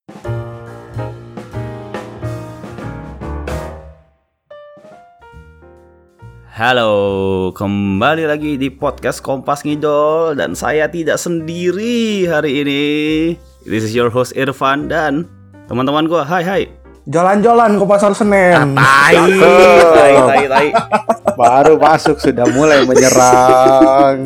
Halo, kembali lagi di podcast Kompas Ngidol dan saya tidak sendiri hari ini. This is your host Irfan dan teman-teman gue. Hai. Jalan-jalan ke pasar Senen. Tai. Baru masuk sudah mulai menyerang.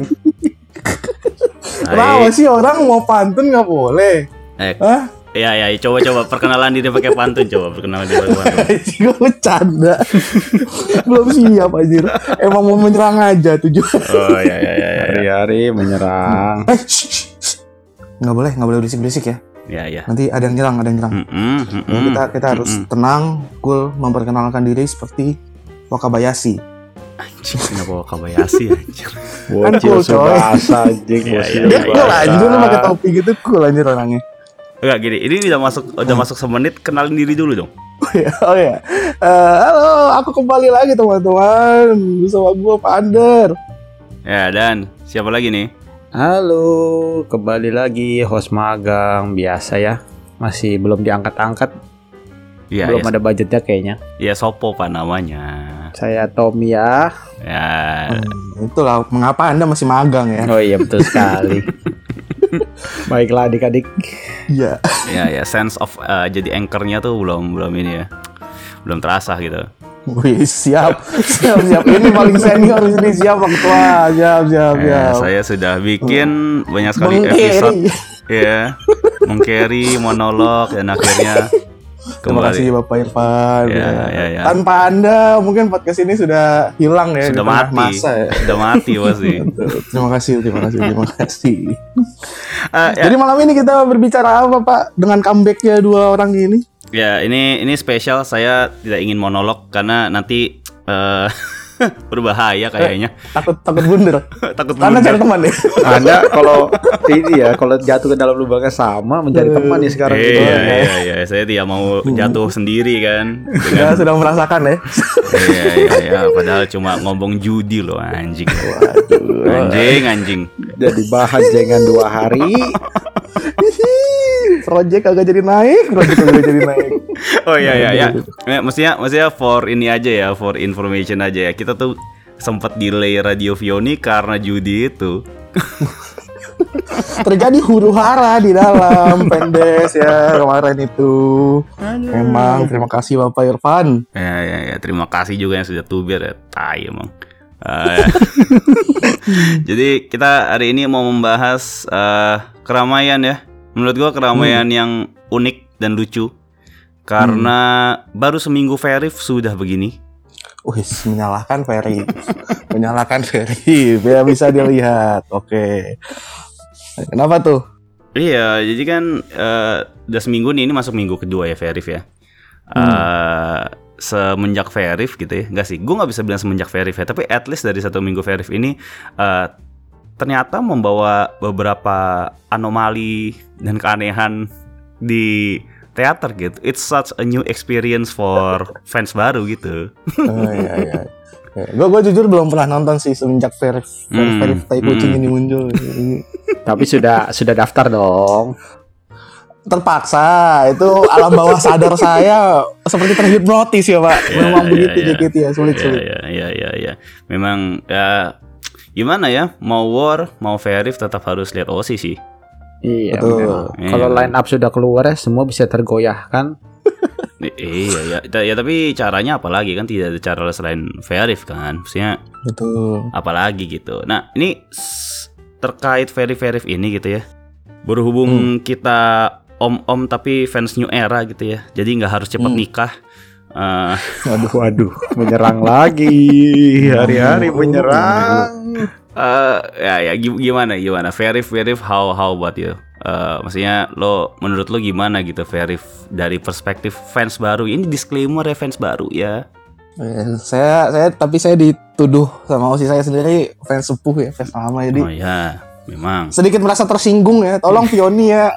Kenapa sih orang mau pantun nggak boleh? Hah? Ya, coba perkenalan diri pakai pantun, perkenalan diri pakai pantun. Gue bercanda. Belum siap anjir. Emang mau menyerang aja tujuan. Oh ya. Hari-hari menyerang. Nggak boleh berisik-berisik ya. Ya. Nanti ada yang nyerang. Ya, kita harus tenang, cool, memperkenalkan diri seperti Wakabayashi. Anjing, kenapa Wakabayashi anjir? Bocil coy. Subasa anjing. Dia cool anjir lu pakai topi gitu, cool anjir orangnya. Enggak gini, ini udah masuk semenit, kenalin diri dulu dong. Oh ya. Halo, aku kembali lagi teman-teman bersama gue Pander. Ya, dan siapa lagi nih? Halo, kembali lagi host magang biasa ya. Masih belum diangkat-angkat. Ya, belum ada budgetnya kayaknya. Ya, Sopo Pak namanya. Saya Tommy ya. Ya. Itulah mengapa Anda masih magang ya. Oh iya betul sekali. Baiklah adik-adik. Iya. Ya, sense of jadi anchor-nya tuh belum ini ya. Belum terasa gitu. Wih, siap. Ini paling senior di sini, siap Pak Ketua. Siap. Saya sudah bikin banyak sekali episode ya, mengcarry monolog dan akhirnya terima kasih Bapak Irfan. Ya. Tanpa Anda mungkin podcast ini sudah hilang ya. Sudah mati. Masa, ya. Sudah mati pasti. Terima kasih. Jadi malam ini kita berbicara apa Pak dengan comeback-nya dua orang ini? Ya, ini spesial. Saya tidak ingin monolog karena nanti berbahaya kayaknya. Takut bunder. Takut Karena bunder. cari teman ya. Anda kalau ini ya, kalau jatuh ke dalam lubangnya sama mencari teman nih sekarang gitu. Iya, saya tidak mau jatuh sendiri kan. Kita sudah merasakan ya. Iya, padahal cuma ngomong judi loh anjing. Anjing. Jadi bahan jangan 2 hari. Project agak jadi naik. Oh iya. Maksudnya for ini aja ya, for information aja ya. Kita tuh sempat delay Radio Vioni karena judi itu. Terjadi huru-hara di dalam pendes ya kemarin itu. Memang terima kasih Bapak Irfan. Ya, terima kasih juga yang sudah tuber ya. Tai emang. Jadi kita hari ini mau membahas keramaian ya. Menurut gua keramaian yang unik dan lucu. Karena baru seminggu Verif sudah begini. Menyalahkan Ferry. Biar bisa dilihat. Oke. Kenapa tuh? Iya, jadi kan udah seminggu nih, ini masuk minggu kedua ya Verif ya. Semenjak Verif gitu ya. Enggak sih, gue gak bisa bilang semenjak Verif ya. Tapi at least dari 1 minggu Verif ini ternyata membawa beberapa anomali dan keanehan di teater gitu. It's such a new experience for fans baru gitu. Iya. Gue jujur belum pernah nonton sih semenjak Verif tai kucing ini muncul. Tapi sudah daftar dong. Terpaksa, itu alam bawah sadar saya seperti terhipnotis ya Pak. Memang begitu JKT ya, sulit. Iya. Memang ya gimana ya, mau War, mau Verif tetap harus lihat OSI sih. Iya. Betul. Kalau line up sudah keluar ya semua bisa tergoyahkan. Iya. Ya tapi caranya apalagi kan, tidak ada cara selain Verif kan. Maksudnya Betul. apalagi gitu. Nah, ini terkait Verif ini gitu ya. Berhubung kita om-om tapi fans new era gitu ya. Jadi nggak harus cepat nikah. Waduh, menyerang lagi. Hari-hari menyerang. Ya gimana Verif how about you? Maksudnya menurut lo gimana gitu Verif dari perspektif fans baru? Ini disclaimer ya, fans baru ya. Saya dituduh sama OSI saya sendiri fans sepuh ya, fans lama, jadi Oh ya, memang sedikit merasa tersinggung ya. Tolong Vioni ya.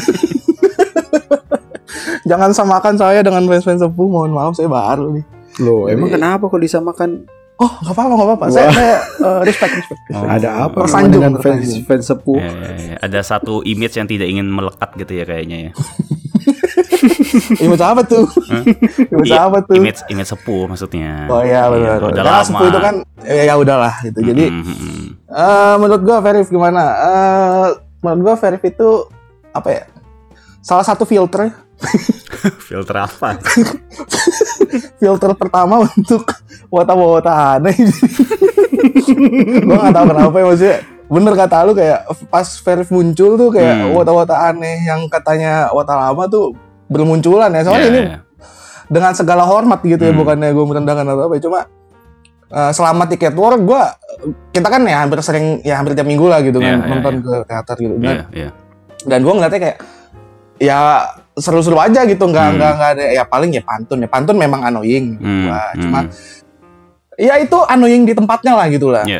Jangan samakan saya dengan fans-fans sepuh, mohon maaf saya baru nih. Loh, emang kenapa kok disamakan? Oh, nggak apa-apa. Saya respect. Ada apa Tersanjung, dengan fans sepuh? ada satu image yang tidak ingin melekat gitu ya kayaknya ya. Image apa tuh? Image Iya, apa tuh? Image sepuh maksudnya. Oh iya benar. Udah Karena lama. sepuh itu kan ya udahlah gitu. Jadi menurut gua Verif gimana? Menurut gua Verif itu apa ya? Salah satu filter Filter apa? filter pertama untuk wota-wota aneh. Gua nggak tahu kenapa ya maksudnya. Bener kata lu kayak pas Verif muncul tuh kayak wota-wota aneh yang katanya wota lama tuh bermunculan ya. Soalnya ini dengan segala hormat gitu ya, bukannya gue merendahkan atau apa. Cuma selama tiket war kita kan ya hampir tiap minggu lah gitu kan nonton ke teater gitu kan. Dan gue ngeliatnya kayak ya seru-seru aja gitu, nggak ada ya paling ya pantun memang annoying cuma ya itu annoying di tempatnya lah gitu lah.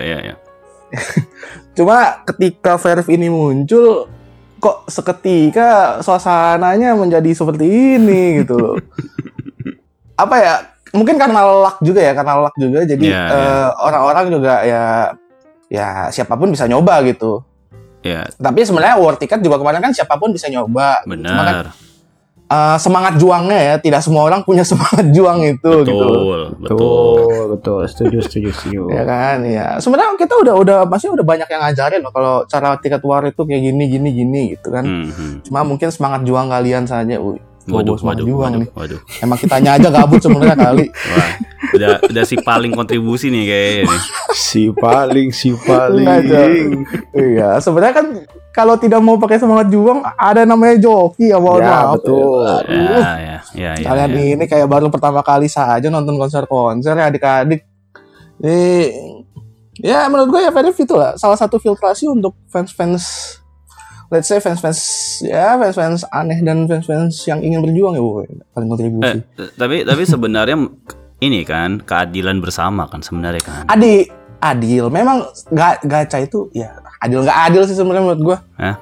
Cuma ketika Verif ini muncul kok seketika suasananya menjadi seperti ini gitu loh. Apa ya, mungkin karena luck juga jadi orang-orang juga ya siapapun bisa nyoba gitu. Tapi sebenarnya war ticket juga kemarin kan siapapun bisa nyoba. Benar. Cuma kan semangat juangnya ya, tidak semua orang punya semangat juang itu gitu. Betul. Setuju. Ya kan, ya. Sebenarnya kita udah banyak yang ngajarin loh kalau cara tiket war itu kayak gini gitu kan. Cuma mungkin semangat juang kalian saja. Waduh. Emang kitanya aja gabut sebenarnya kali. Wah, udah si paling kontribusi nih kayaknya nih. Si paling. Iya, sebenarnya kan kalau tidak mau pakai semangat juang ada namanya joki ya, mohon maaf. Betul. Ya. Kalian ini kayak baru pertama kali saja nonton konser ya adik-adik. Ya menurut gue ya Verif itu lah salah satu filtrasi untuk fans let's say fans aneh dan fans yang ingin berjuang ya bu, paling kontribusi. Tapi sebenarnya ini kan keadilan bersama kan sebenarnya kan. Adil. Memang gacha itu ya adil nggak adil sih sebenarnya menurut gua.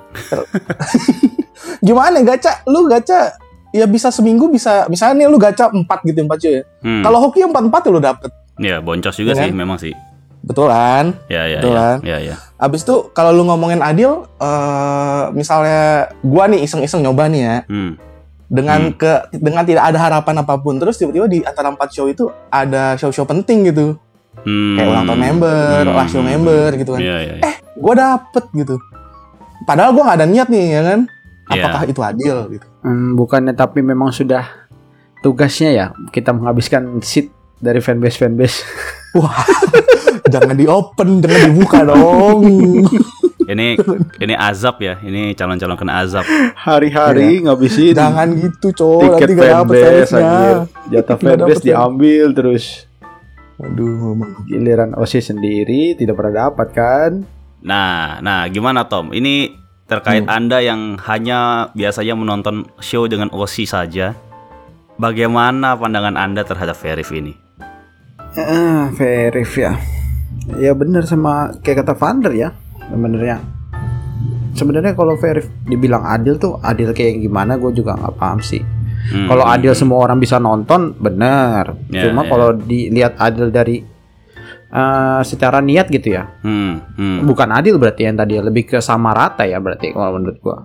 Gimana gacha? Lu gacha ya bisa seminggu bisa misalnya nih lu gacha 4 cuy ya. Kalau hoki 4 lu dapet. Ya boncos juga sih memang sih. Betul kan? Ya. Abis itu kalau lu ngomongin adil, misalnya gua nih iseng-iseng nyoba nih ya, dengan tidak ada harapan apapun, terus tiba-tiba di antara 4 show itu ada show-show penting gitu, kayak ulang tahun member, last show member gitu kan, gua dapet gitu, padahal gua nggak ada niat nih ya kan, apakah itu adil gitu? Bukannya tapi memang sudah tugasnya ya kita menghabiskan seat dari fanbase. Wah, jangan di-open, jangan dibuka dong. Ini azab ya, ini calon-calon kena azab. Hari-hari ngabisin. Jangan gitu, coy. Tiket nanti gak dapet fanbase-nya. Jatah fanbase diambil terus. Aduh, giliran OSIS sendiri tidak pernah dapat kan? Nah, gimana Tom? Ini terkait Anda yang hanya biasanya menonton show dengan OSIS saja. Bagaimana pandangan Anda terhadap Verif ini? Verif ya. Ya benar sama kayak kata Vander ya. Sebenarnya kalau Verif dibilang adil tuh adil kayak gimana gue juga nggak paham sih. Kalau adil semua orang bisa nonton benar. Cuma kalau dilihat adil dari secara niat gitu ya, bukan adil berarti yang tadi lebih ke sama rata ya berarti kalau menurut gue.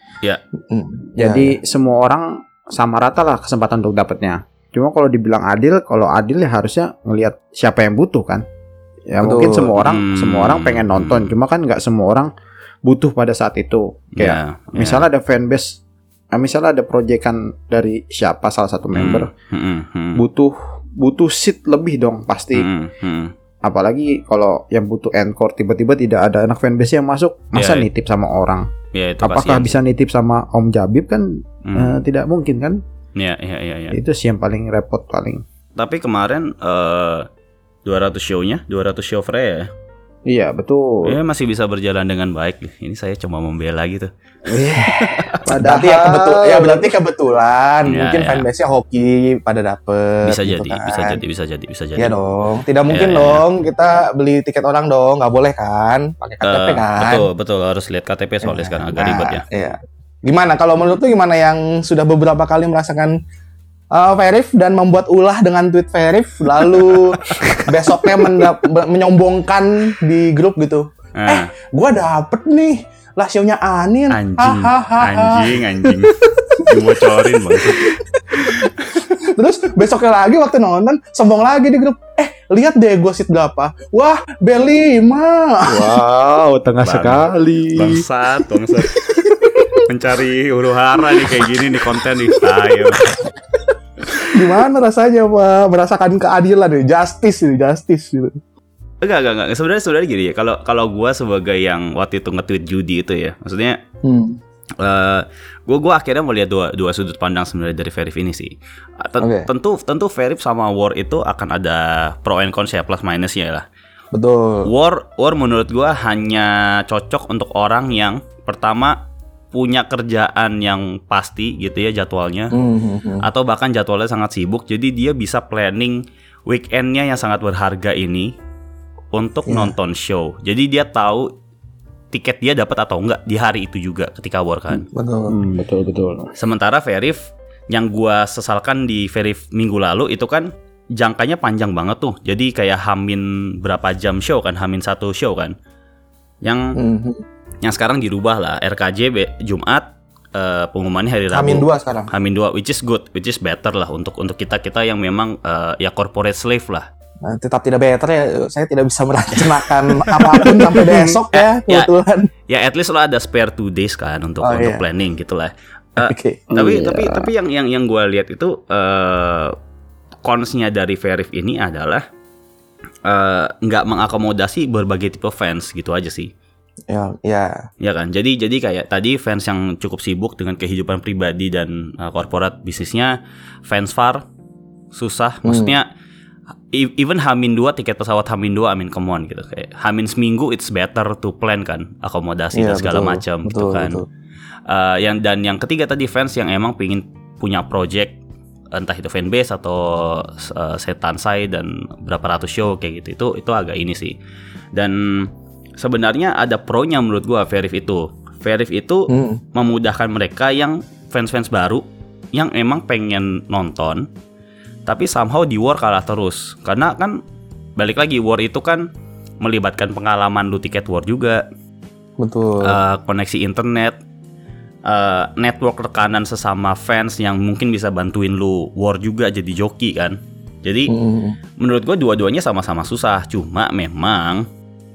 Jadi semua orang sama rata lah kesempatan untuk dapatnya. Cuma kalau dibilang adil, ya harusnya ngelihat siapa yang butuh kan. Ya betul. Mungkin semua orang pengen nonton, cuma kan nggak semua orang butuh pada saat itu. Kayak misalnya ada fanbase, misalnya ada proyekan dari siapa salah satu member, butuh seat lebih dong pasti. Apalagi kalau yang butuh encore tiba-tiba tidak ada anak fanbase yang masuk, masa nitip sama orang? Apakah bisa nitip sama Om Jabib kan? Tidak mungkin kan? Ya. Itu sih yang paling repot paling. Tapi kemarin 200 show Freya ya. Iya betul. Ya masih bisa berjalan dengan baik. Ini saya cuma membela gitu. Berarti kebetulan mungkin fanbase-nya hoki pada dapet. Bisa gitu jadi, kan. bisa jadi. Iya dong. Tidak mungkin dong kita beli tiket orang dong, nggak boleh kan? Pakai KTP kan. Betul harus lihat KTP soalnya sekarang agak ribet ya. Iya. Gimana kalau menurut lu gimana yang sudah beberapa kali merasakan Verif dan membuat ulah dengan tweet Verif lalu besoknya menyombongkan di grup gitu. Gua dapet nih lah show-nya Anin. Anjing. Dibocorin bang. Terus besoknya lagi waktu nonton sombong lagi di grup. Lihat deh gue seat berapa. Wah, B5. Wow, tengah sekali. Bangsat. Mencari huru hara nih kayak gini nih konten nih. Ayo. Gimana rasanya Pak? Merasakan keadilan nih, justice gitu. Enggak. Sebenarnya gini ya. Kalau gue sebagai yang waktu itu nge-tweet judi itu ya, maksudnya gue akhirnya melihat dua sudut pandang sebenarnya dari Verif ini sih. Tentu Verif sama War itu akan ada pro and cons ya, plus minusnya lah. Betul. War menurut gue hanya cocok untuk orang yang pertama punya kerjaan yang pasti gitu ya jadwalnya, atau bahkan jadwalnya sangat sibuk, jadi dia bisa planning weekendnya yang sangat berharga ini untuk nonton show. Jadi dia tahu tiket dia dapat atau enggak di hari itu juga ketika War kan. Betul. Sementara Verif yang gua sesalkan di Verif minggu lalu itu kan jangkanya panjang banget tuh. Jadi kayak hamin berapa jam show kan, hamin 1 show kan. Yang sekarang dirubah lah, RKJ Jumat, pengumumannya hari Rabu. Hamin 2 sekarang. Hamin 2, which is good, which is better lah untuk kita yang memang ya corporate slave lah. Nah, tetap tidak better ya, saya tidak bisa merencanakan apapun sampai besok ya kebetulan. Ya at least lo ada spare 2 days kan untuk planning gitulah. Okay. Tapi yang gue lihat itu cons-nya dari Verif ini adalah nggak mengakomodasi berbagai tipe fans gitu aja sih. Ya kan. Jadi kayak tadi fans yang cukup sibuk dengan kehidupan pribadi dan corporate bisnisnya, fans far susah. Maksudnya even Hamin 2 tiket pesawat Hamin 2, come on gitu. Kayak Hamin seminggu it's better to plan kan, akomodasi dan segala macam gitu kan. Yang ketiga tadi fans yang emang pengen punya project, entah itu fanbase atau setan say dan berapa ratus show kayak gitu, itu agak ini sih. Dan sebenarnya ada pro-nya menurut gua Verif itu. Verif itu memudahkan mereka yang fans-fans baru yang emang pengen nonton, tapi somehow di War kalah terus. Karena kan balik lagi War itu kan melibatkan pengalaman lu tiket War juga. Betul. Koneksi internet, network rekanan sesama fans yang mungkin bisa bantuin lu War juga jadi joki kan. Jadi menurut gua dua-duanya sama-sama susah. Cuma memang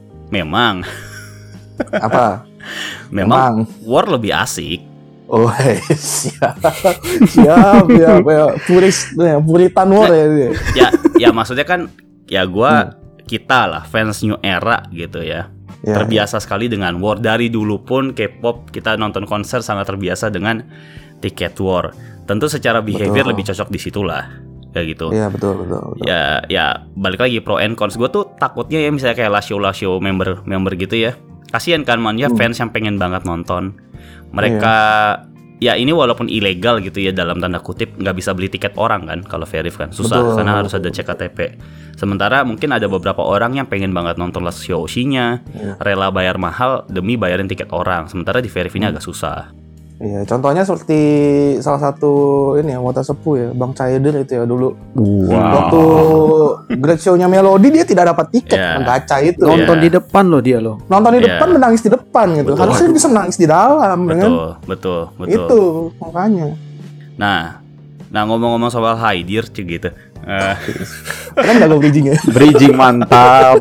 apa? Memang War lebih asik. Oh, siap ya, puritan War ya. Ya maksudnya kan ya kita lah fans New Era gitu ya. Terbiasa sekali dengan War. Dari dulu pun K-pop kita nonton konser sangat terbiasa dengan tiket War. Tentu secara behavior lebih cocok di situlah. Kayak gitu. Iya betul. Ya balik lagi pro and cons. Gue tuh takutnya ya misalnya kayak last show member gitu ya. Kasian kan fans yang pengen banget nonton. Mereka ya ini walaupun ilegal gitu ya dalam tanda kutip, nggak bisa beli tiket orang kan kalau Verif kan susah karena harus ada cek KTP. Sementara mungkin ada beberapa orang yang pengen banget nonton last show-nya, rela bayar mahal demi bayarin tiket orang. Sementara di Verif ini agak susah. Iya, contohnya seperti salah satu ini ya, Wota Sepuh ya, Bang Caider itu ya dulu. Waktu Great Show-nya Melody dia tidak dapat tiket, gacha itu. Nonton di depan loh dia loh. Nonton di depan, menangis di depan gitu. Harusnya bisa menangis di dalam, Betul. Itu makanya. Nah ngomong-ngomong soal Haidir gitu. Kan jago bridging ya. Bridging mantap.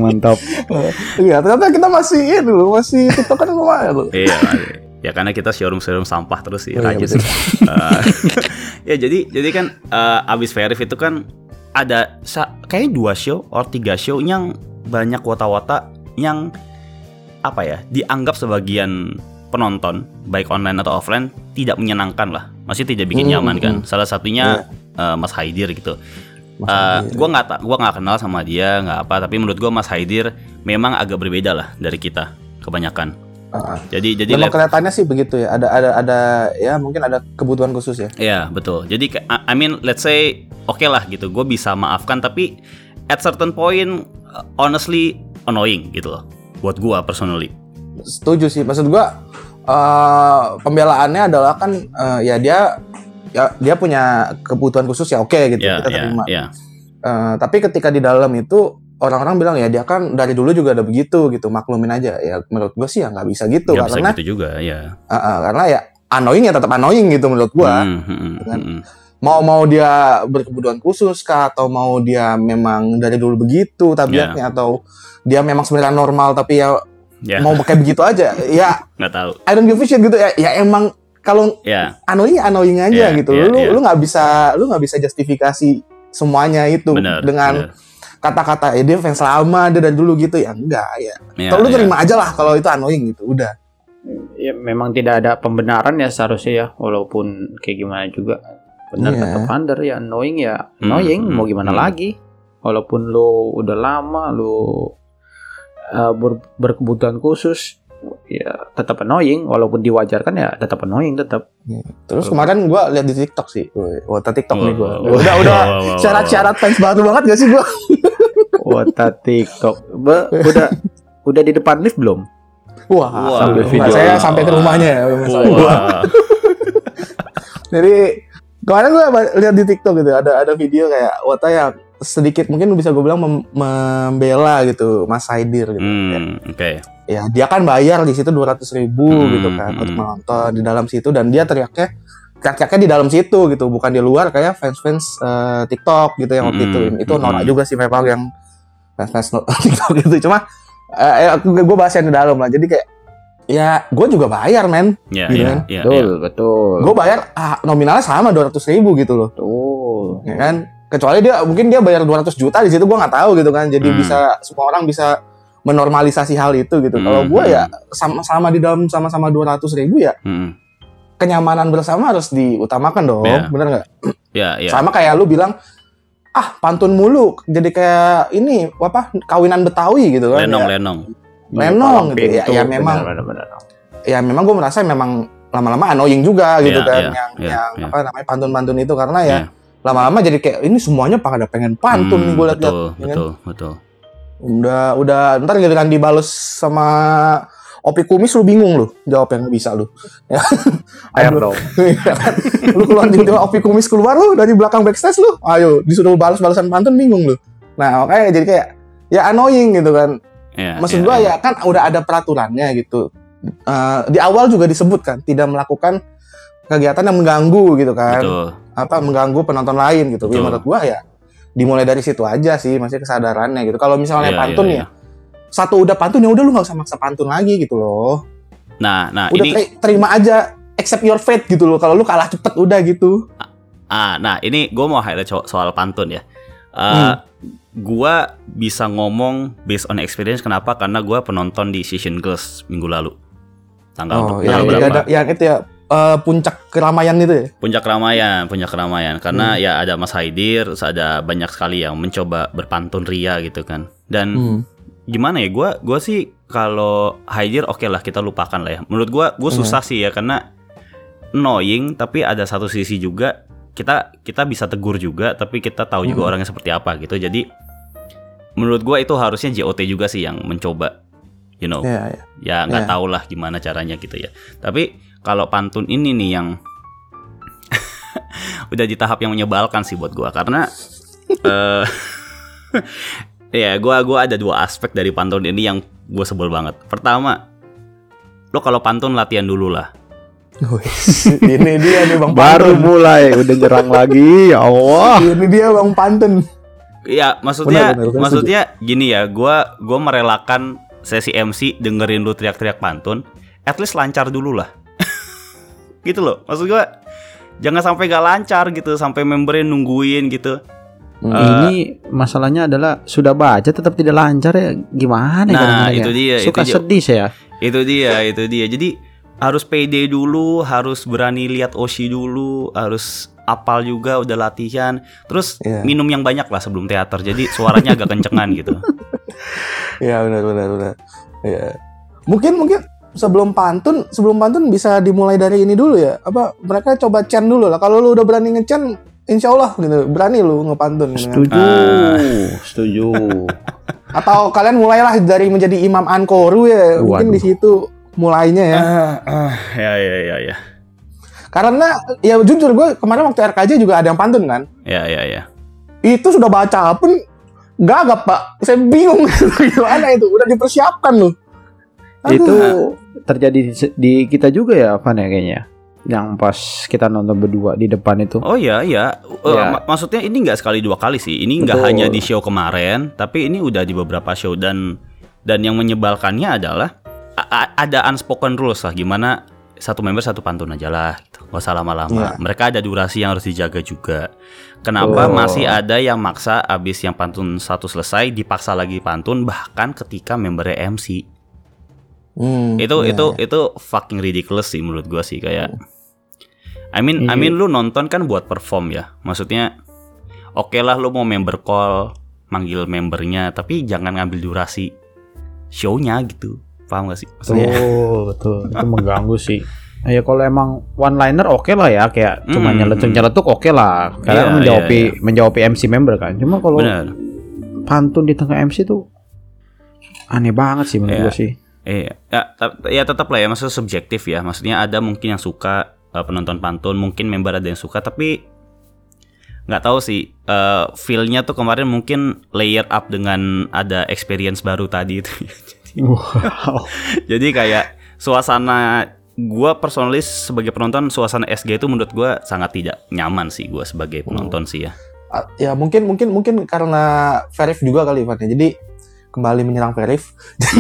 Iya, ternyata kita masih TikTokan lumayan loh. Iya. Ya karena kita showroom sampah terus sih, rajin sih. Ya jadi kan abis Verif itu kan ada kayaknya 2 show or 3 show yang banyak wota-wota yang apa ya dianggap sebagian penonton baik online atau offline tidak menyenangkan lah, masih tidak bikin nyaman kan. Salah satunya Mas Haidir gitu. Gue nggak kenal sama dia nggak apa, tapi menurut gue Mas Haidir memang agak berbeda lah dari kita kebanyakan. Jadi memang kelihatannya sih begitu ya. Ada ya mungkin ada kebutuhan khusus ya. Iya betul. Jadi I mean let's say oke lah gitu. Gue bisa maafkan tapi at certain point honestly annoying gitu loh. Buat gue personally. Setuju sih. Maksud gue pembelaannya adalah kan ya dia punya kebutuhan khusus ya oke gitu kita terima. Tapi ketika di dalam itu orang-orang bilang ya dia kan dari dulu juga ada begitu gitu, maklumin aja. Ya menurut gue sih ya nggak bisa gitu gak karena bisa gitu juga ya. Karena ya annoying ya tetap annoying gitu menurut gua. Mau dia berkebutuhan khusus kah, atau mau dia memang dari dulu begitu tabiatnya, atau dia memang sebenarnya normal tapi ya mau kayak begitu aja, ya nggak tahu. I don't give a shit gitu ya. Ya emang kalau annoying aja gitu. Lu nggak bisa justifikasi semuanya itu dengan kata-kata dia fans lama dia dari dulu gitu ya, enggak ya. Kalau lu terima aja lah kalau itu annoying gitu, udah. Ya memang tidak ada pembenaran ya seharusnya ya, walaupun kayak gimana juga benar kata Vander ya, annoying ya annoying, mau gimana lagi. Walaupun lu udah lama lu berkebutuhan khusus ya tetap annoying, walaupun diwajarkan ya tetap annoying tetap. Terus kemarin gue lihat di TikTok sih, wota TikTok nih gue. Udah syarat-syarat fans baru banget gak sih gue? Wota TikTok, udah di depan lift belum? Wah, sampai video. Saya sampai ke rumahnya ya. Jadi kemarin gue lihat di TikTok gitu, ada video kayak Wota ya sedikit mungkin bisa gue bilang membela gitu Mas Haidir gitu. Oke. Ya dia kan bayar di situ 200.000 gitu kan untuk menonton di dalam situ, dan dia teriaknya di dalam situ gitu, bukan di luar kayak fans TikTok gitu yang waktu itu norak juga sih memang yang fans TikTok gitu. Cuma gue bahas yang di dalam lah, jadi kayak ya gue juga bayar men, gitu kan. Betul. Gue bayar nominalnya sama 200.000 gitu loh. Ya kan, kecuali mungkin dia bayar 200 juta di situ, gue nggak tahu gitu kan. Jadi bisa semua orang bisa menormalisasi hal itu gitu. Kalau gue ya sama di dalam sama-sama 200.000 ya. Kenyamanan bersama harus diutamakan dong, bener nggak? Sama kayak lu bilang, pantun mulu, jadi kayak ini kawinan Betawi gitu kan? Lenong gitu. Ya memang. Benar. Ya memang gue merasa memang lama-lama annoying juga gitu kan, yang pantun-pantun itu, karena ya lama-lama jadi kayak ini semuanya pada pengen pantun nih gue lihat. Betul. Udah ntar giliran dibales sama Opi Kumis lu bingung lu jawab yang bisa lu. Ayo dong. Lu keluar tiba-tiba Opi Kumis keluar lu dari belakang backstage lu. Ayo disuruh balas-balasan pantun bingung lu. Nah, makanya jadi kayak ya annoying gitu kan. Maksud gua ya kan udah ada peraturannya gitu. Di awal juga disebutkan tidak melakukan kegiatan yang mengganggu gitu kan. Mengganggu penonton lain gitu. Menurut gua ya dimulai dari situ aja sih, masih kesadarannya gitu. Kalau misalnya pantun ya satu udah pantun ya udah lu nggak usah maksa pantun lagi gitu loh. Nah udah ini terima aja, accept your fate gitu loh. Kalau lu kalah cepet udah gitu. Nah ini gue mau highlight soal pantun ya. Gue bisa ngomong based on experience. Kenapa? Karena gue penonton di Session Girls minggu lalu. Tanggal berapa? Yang itu ya puncak keramaian itu ya. Puncak keramaian. Karena ya ada Mas Haidir, ada banyak sekali yang mencoba berpantun ria gitu kan. Dan gimana ya, gue sih kalau Haidir oke lah kita lupakan lah ya. Menurut gue susah sih ya, karena annoying, tapi ada satu sisi juga kita bisa tegur juga, tapi kita tahu juga orangnya seperti apa gitu. Jadi menurut gue itu harusnya JOT juga sih yang mencoba, ya nggak tahu lah gimana caranya gitu ya. Tapi kalau pantun ini nih yang udah di tahap yang menyebalkan sih buat gue, karena ya, gue ada dua aspek dari pantun ini yang gue sebel banget. Pertama, lo kalau pantun latihan dulu lah. Ini dia nih Bang Pantun. Baru mulai udah nyerang lagi, ya Allah. Ini dia Bang Pantun. Iya, maksudnya gini ya, gue merelakan sesi MC dengerin lu teriak-teriak pantun, at least lancar dulu lah. Gitu loh, maksud gue jangan sampai gak lancar gitu, sampai membernya nungguin gitu. Ini masalahnya adalah sudah baca tetap tidak lancar ya, gimana? Nah itu dia, suka sedih saya. Itu dia. Jadi harus pede dulu, harus berani lihat Oshi dulu, harus apal juga, udah latihan, terus minum yang banyak lah sebelum teater. Jadi suaranya agak kencengan gitu. Iya benar. Ya. Mungkin sebelum pantun bisa dimulai dari ini dulu ya. Mereka coba chant dulu lah. Kalau lu udah berani nge-chant, insya Allah gitu, berani lu ngepantun. Setuju. Atau kalian mulailah dari menjadi imam ankoru ya. Mungkin di situ mulainya ya. Ya. Karena ya jujur gue kemarin waktu RKJ juga ada yang pantun kan. Ya. Itu sudah baca pun gagap Pak. Saya bingung gimana itu. Udah dipersiapkan loh. Itu terjadi di kita juga ya, Van ya kayaknya. Yang pas kita nonton berdua di depan itu. Oh iya. Ya. Maksudnya ini nggak sekali dua kali sih. Ini nggak Betul. hanya di show kemarin, tapi ini udah di beberapa show dan yang menyebalkannya adalah ada unspoken rules lah. Gimana satu member satu pantun aja lah, gitu. Gak usah lama-lama. Iya. Mereka ada durasi yang harus dijaga juga. Kenapa masih ada yang maksa abis yang pantun satu selesai dipaksa lagi pantun bahkan ketika membernya MC? Itu fucking ridiculous sih menurut gua sih kayak. I mean lu nonton kan buat perform ya. Maksudnya oke lah lu mau member call, manggil membernya, tapi jangan ngambil durasi show-nya gitu. Paham gak sih? Maksudnya, Betul. Itu mengganggu sih. Ya kalau emang one liner oke lah ya, kayak cuma nyeletuk oke lah. Karena menjawab MC member kan. Cuma kalau pantun di tengah MC tuh aneh banget sih menurut gue sih. Ya tetap lah ya, maksudnya subjektif ya. Maksudnya ada mungkin yang suka penonton pantun, mungkin member ada yang suka, tapi nggak tahu sih. Feel-nya tuh kemarin mungkin layer up dengan ada experience baru tadi itu. Wow. Jadi kayak suasana gua personalis sebagai penonton, suasana SG itu menurut gua sangat tidak nyaman sih gua sebagai penonton sih ya. Ya mungkin karena Verif juga kali Ivan ya. Jadi kembali menyerang Verif.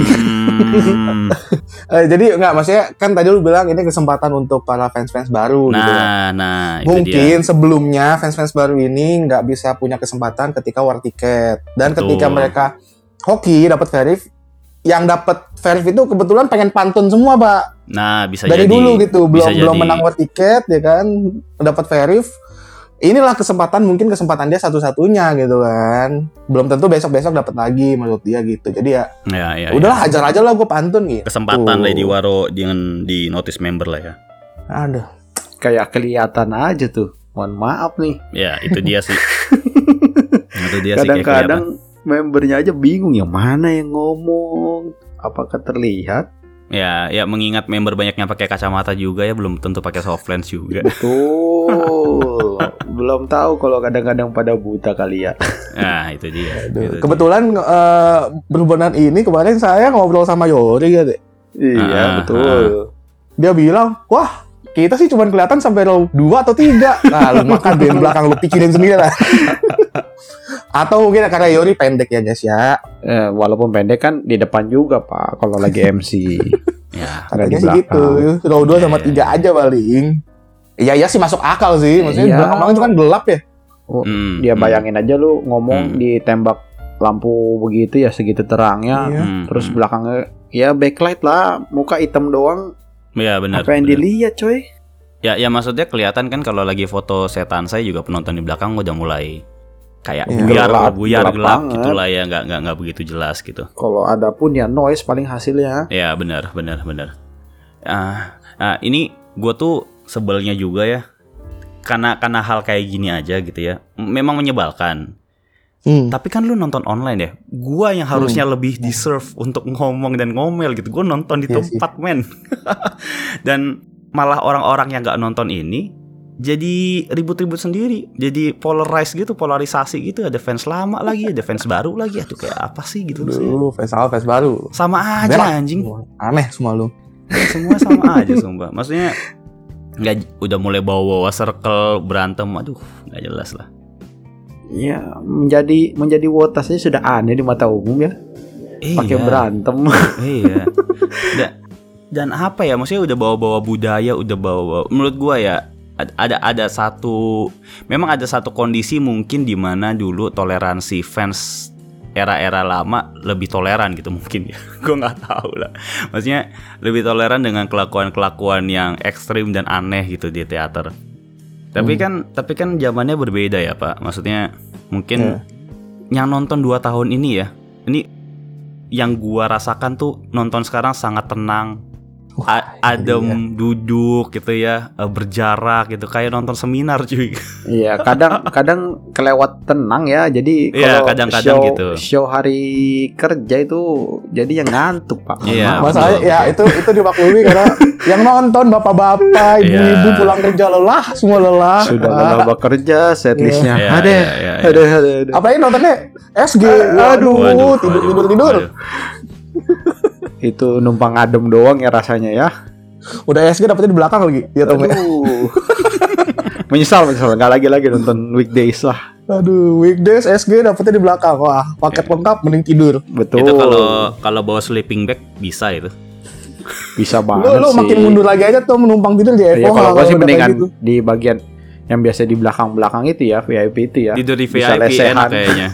Jadi enggak, maksudnya kan tadi lu bilang ini kesempatan untuk para fans-fans baru gitu. Nah, mungkin sebelumnya fans-fans baru ini nggak bisa punya kesempatan ketika war tiket. Dan Betul. ketika mereka hoki dapat Verif, yang dapat Verif itu kebetulan pengen pantun semua, Pak. Nah, bisa dari jadi. dulu gitu, Bisa belum jadi. menang war tiket ya kan, dapat Verif. Inilah kesempatan dia satu-satunya gitu kan. Belum tentu besok-besok dapat lagi menurut dia gitu. Jadi ya udahlah, hajar aja lah gue pantun gitu. Kesempatan Lady Waro di notice member lah ya. Aduh. Kayak kelihatan aja tuh. Mohon maaf nih. Ya, itu dia sih. Itu dia sih kayak Kadang-kadang membernya aja bingung yang mana yang ngomong. Apakah terlihat? Ya mengingat member banyaknya pakai kacamata juga ya, belum tentu pakai soft lens juga. Betul. Belum tahu kalau kadang-kadang pada buta kali ya. Nah, itu dia. Itu Kebetulan berhubungan ini kemarin saya ngobrol sama Yori gitu. Iya, betul. Dia bilang, "Wah, kita sih cuma kelihatan sampai row 2 atau 3. Nah, lu makan di belakang lu pikirin sendiri lah. Atau mungkin karena Yori pendek ya guys ya. Walaupun pendek kan di depan juga Pak kalau lagi MC. Ya. Katanya sih gitu. Row 2 sama 3 aja paling. Iya sih masuk akal sih. Maksudnya belakang itu kan gelap ya. Dia bayangin aja lu ngomong ditembak lampu begitu ya, segitu terangnya. Terus belakangnya ya backlight lah, muka hitam doang. Ya benar. Apa yang dilihat coy? Ya maksudnya kelihatan kan kalau lagi foto setan saya juga penonton di belakang udah mulai kayak buyar gelap gitulah ya, nggak begitu jelas gitu. Kalau ada pun ya noise paling hasilnya. Ya benar. Ini gue tuh sebelnya juga ya, karena hal kayak gini aja gitu ya. Memang menyebalkan. Tapi kan lu nonton online ya. Gua yang harusnya lebih deserve untuk ngomong dan ngomel gitu. Gua nonton di tempat men. Dan malah orang-orang yang nggak nonton ini jadi ribut-ribut sendiri, jadi polarisasi gitu. Ada fans lama lagi, ada fans baru lagi. Aduh kayak apa sih gitu lu fans baru. Sama aja anjing. Aneh semua lu. Semua sama aja sumpah. Maksudnya nggak, udah mulai bawa circle berantem. Aduh nggak jelas lah. Ya menjadi wotasnya sudah aneh di mata umum ya. Pakai berantem. Iya. Dan apa ya? Maksudnya udah bawa-bawa budaya, udah bawa. Menurut gua ya ada satu kondisi mungkin di mana dulu toleransi fans era-era lama lebih toleran gitu mungkin ya. Gue nggak tahu lah. Maksudnya lebih toleran dengan kelakuan yang ekstrim dan aneh gitu di teater. Tapi kan zamannya berbeda ya Pak. Maksudnya mungkin yang nonton 2 tahun ini ya. Ini yang gua rasakan tuh nonton sekarang sangat tenang. Adem, duduk gitu ya, berjarak gitu, kayak nonton seminar cuy. Iya, kadang kelewat tenang ya. Jadi kalau kadang-kadang gitu. Show hari kerja itu jadi yang ngantuk Pak. Iya. Masalahnya ya itu dimaklumi karena yang nonton bapak-bapak, ibu-ibu pulang kerja lelah, semua lelah. Sudah lelah bekerja, setlistnya. Ada. Apalagi nontonnya SG. Aduh, tidur. Itu numpang adem doang ya rasanya ya. Udah SG dapetnya di belakang lagi. Ya Tom. Menyesal nggak lagi nonton weekdays lah. Aduh, weekdays SG dapetnya di belakang. Wah, paket lengkap mending tidur. Betul. Itu kalau bawa sleeping bag bisa itu. Bisa banget Lu sih. makin mundur lagi aja tuh menumpang tidur di Ya, Evo. kalau gue sih udah mendingan kayak gitu. di bagian yang biasa di belakang itu ya, VIP itu ya. Tidur di Bisa VIP lesehan. enak kayaknya.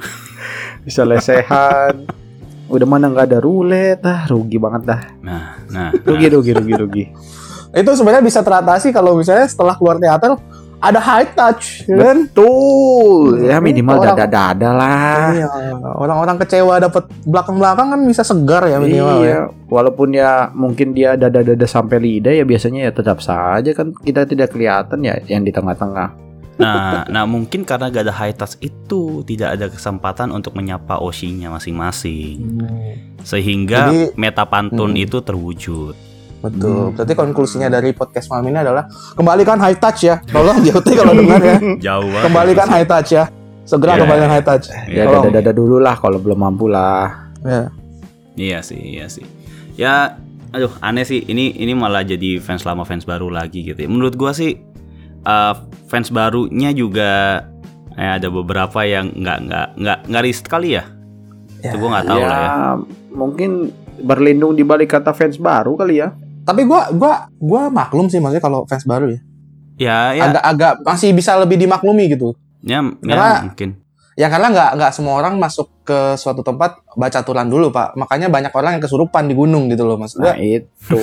Bisa lesehan. Udah mana nggak ada roulette, rugi banget dah. Nah. Rugi. Itu sebenarnya bisa teratasi kalau misalnya setelah keluar teater ada high touch, ya kan? Betul. Ya minimal Orang- dada-dada lah. Iya, orang-orang kecewa dapat belakang-belakang kan bisa segar ya minimal. Ya. Iya, walaupun ya mungkin dia dada-dada sampai lidah ya biasanya ya tetap saja kan kita tidak kelihatan ya yang di tengah-tengah. Nah mungkin karena gak ada high touch itu tidak ada kesempatan untuk menyapa Oshinya masing-masing. Sehingga Jadi- meta pantun itu terwujud. Betul. Berarti konklusinya dari podcast malam ini adalah kembalikan high touch ya. Tolong JOT kalau dengar ya. Jauh banget. Kembalikan high touch ya. Segera Iya. kembalikan high touch. Ya Tolong. dada-dada dulu lah kalau belum mampu lah. Ya. Iya sih. Ya, aduh aneh sih. Ini malah jadi fans lama fans baru lagi gitu. Ya. Menurut gua sih fans barunya juga ada beberapa yang nggak riset kali ya. Ya, Itu gua nggak tahu Ya lah ya. mungkin berlindung di balik kata fans baru kali ya. Tapi gua maklum sih maksudnya kalau fans baru ya. Ya, Agak masih bisa lebih dimaklumi gitu. ya mungkin. Ya karena nggak semua orang masuk ke suatu tempat baca aturan dulu Pak. Makanya banyak orang yang kesurupan di gunung gitu loh maksud gua. Nah itu.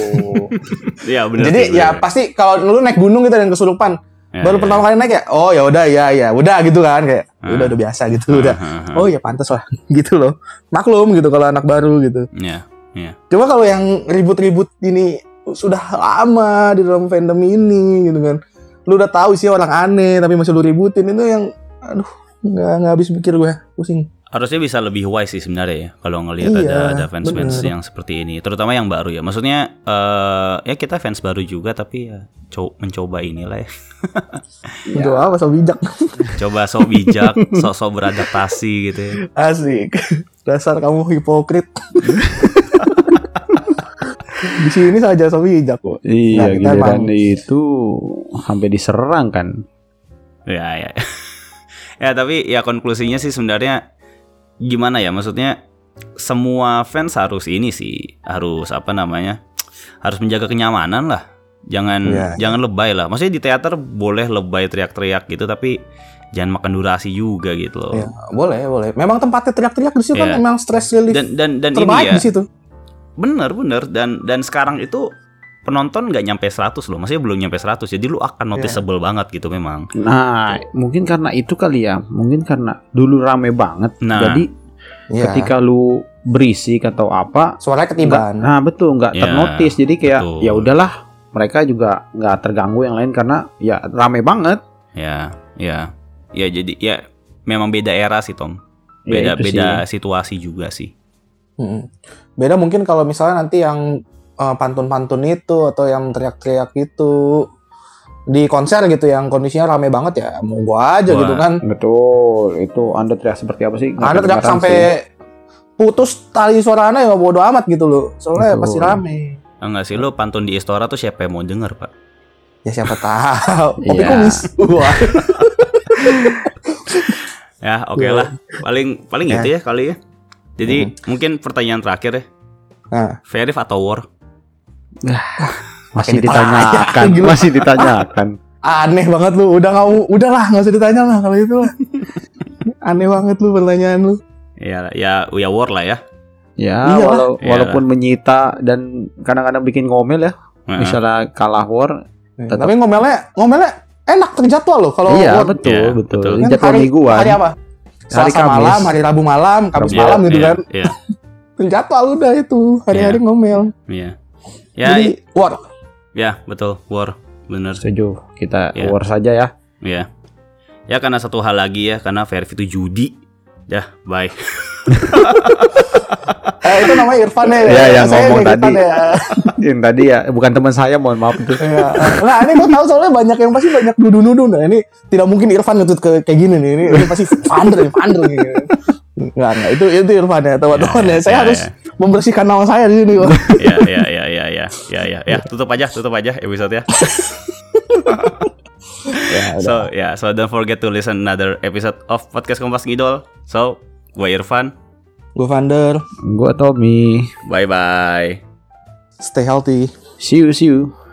Iya benar. Jadi ya pasti kalau lu naik gunung gitu dan kesurupan, baru pertama kali naik ya, oh ya udah ya udah gitu kan kayak udah biasa gitu udah. Oh ya pantas lah gitu loh. Maklum gitu kalau anak baru gitu. Iya. Coba kalau yang ribut-ribut ini sudah lama di dalam fandom ini gitu kan. Lu udah tahu sih orang aneh tapi masih lu ributin itu yang aduh nggak habis pikir gue pusing. Harusnya bisa lebih wise sih sebenarnya ya kalau ngelihat Iya, ada fans-fans bener. yang seperti ini, terutama yang baru ya. Maksudnya ya kita fans baru juga tapi ya mencoba inilah ya. Untuk apa so bijak. Coba sok bijak, sok beradaptasi gitu ya. Asik. Dasar kamu hipokrit. Di sini saja so bijak kok. Iya, Nah, kita giliran emang- itu sampai diserang kan. Ya. Ya tapi ya konklusinya sih sebenarnya gimana ya, maksudnya semua fans harus ini sih, harus apa namanya, harus menjaga kenyamanan lah. Jangan lebay lah. Maksudnya di teater boleh lebay teriak-teriak gitu tapi jangan makan durasi juga gitu loh. Ya, boleh. Memang tempatnya teriak-teriak di situ kan Iya. memang stress relief Dan ini terbaik ya. di situ. Bener dan sekarang itu penonton nggak nyampe 100 loh, maksudnya belum nyampe 100, jadi lu akan noticeable banget gitu memang. Nah, mungkin karena itu kali ya. Mungkin karena dulu rame banget. Nah. Jadi Iya. ketika lu berisik atau apa, Suaranya ketiban. nah betul nggak Ya, ternotis. Jadi kayak betul. ya udahlah, mereka juga nggak terganggu yang lain karena ya rame banget. Ya jadi ya memang beda era sih Tom, Ya, itu beda sih. situasi juga sih. Beda mungkin kalau misalnya nanti yang pantun-pantun itu atau yang teriak-teriak itu di konser gitu yang kondisinya rame banget ya mau gua aja Wah. gitu kan. Betul. Itu Anda teriak seperti apa sih? Nggak Anda teriak kedengaran sampai sih. putus tali suara Anda ya bodo amat gitu loh. Soalnya Betul. pasti rame. Enggak sih, lo pantun di Istora tuh siapa yang mau denger Pak? Ya siapa tahu. Kopi Iya. kumis. Wah. Ya oke Iya. lah, paling gitu ya kali ya. Jadi mungkin pertanyaan terakhir ya, Nah, Verif atau War? Masih ditanya. ditanyakan, Gila. masih ditanyakan. aneh banget lu. Udahlah nggak usah ditanya lah kalau itu lah. Aneh banget lu pertanyaan lu. Ya War lah ya. Ya, Iyalah. walaupun menyita dan kadang-kadang bikin ngomel ya. Heeh. Misalnya kalah war. Tetap. Tapi ngomelnya enak terjadwal loh kalau Iya, War. betul, Iya, betul. betul. Ini Kan jadwal mingguan. Hari apa? Hari Selasa Kamis. malam, hari Rabu malam, Kamis malam gitu kan. Iya. Terjadwal udah itu hari-hari ngomel. Iya. Ya, Jadi War. ya betul, War. Bener. Setuju. Kita Iya. war saja ya. Ya. Ya karena satu hal lagi ya, karena Verif itu judi. Ya, bye. Itu namanya Irfan ya. Iya, yang Saya ngomong Irfan tadi. ya. Yang tadi ya, bukan teman saya, mohon maaf itu. Iya. Nah ini gue tahu soalnya banyak yang pasti banyak nuduh-nuduh. Nah ini tidak mungkin Irfan ngetut kayak gini nih. Ini pasti Vandel gitu. Enggak. Itu Irfan ya teman-teman ya. Saya Ya, harus ya. membersihkan nama saya di sini. Ya, tutup aja episode ya. So don't forget to listen another episode of Podcast Kompas Ngidol. So, gue Irfan, Gue Vander. Gue Tommy. bye. Stay healthy. See you.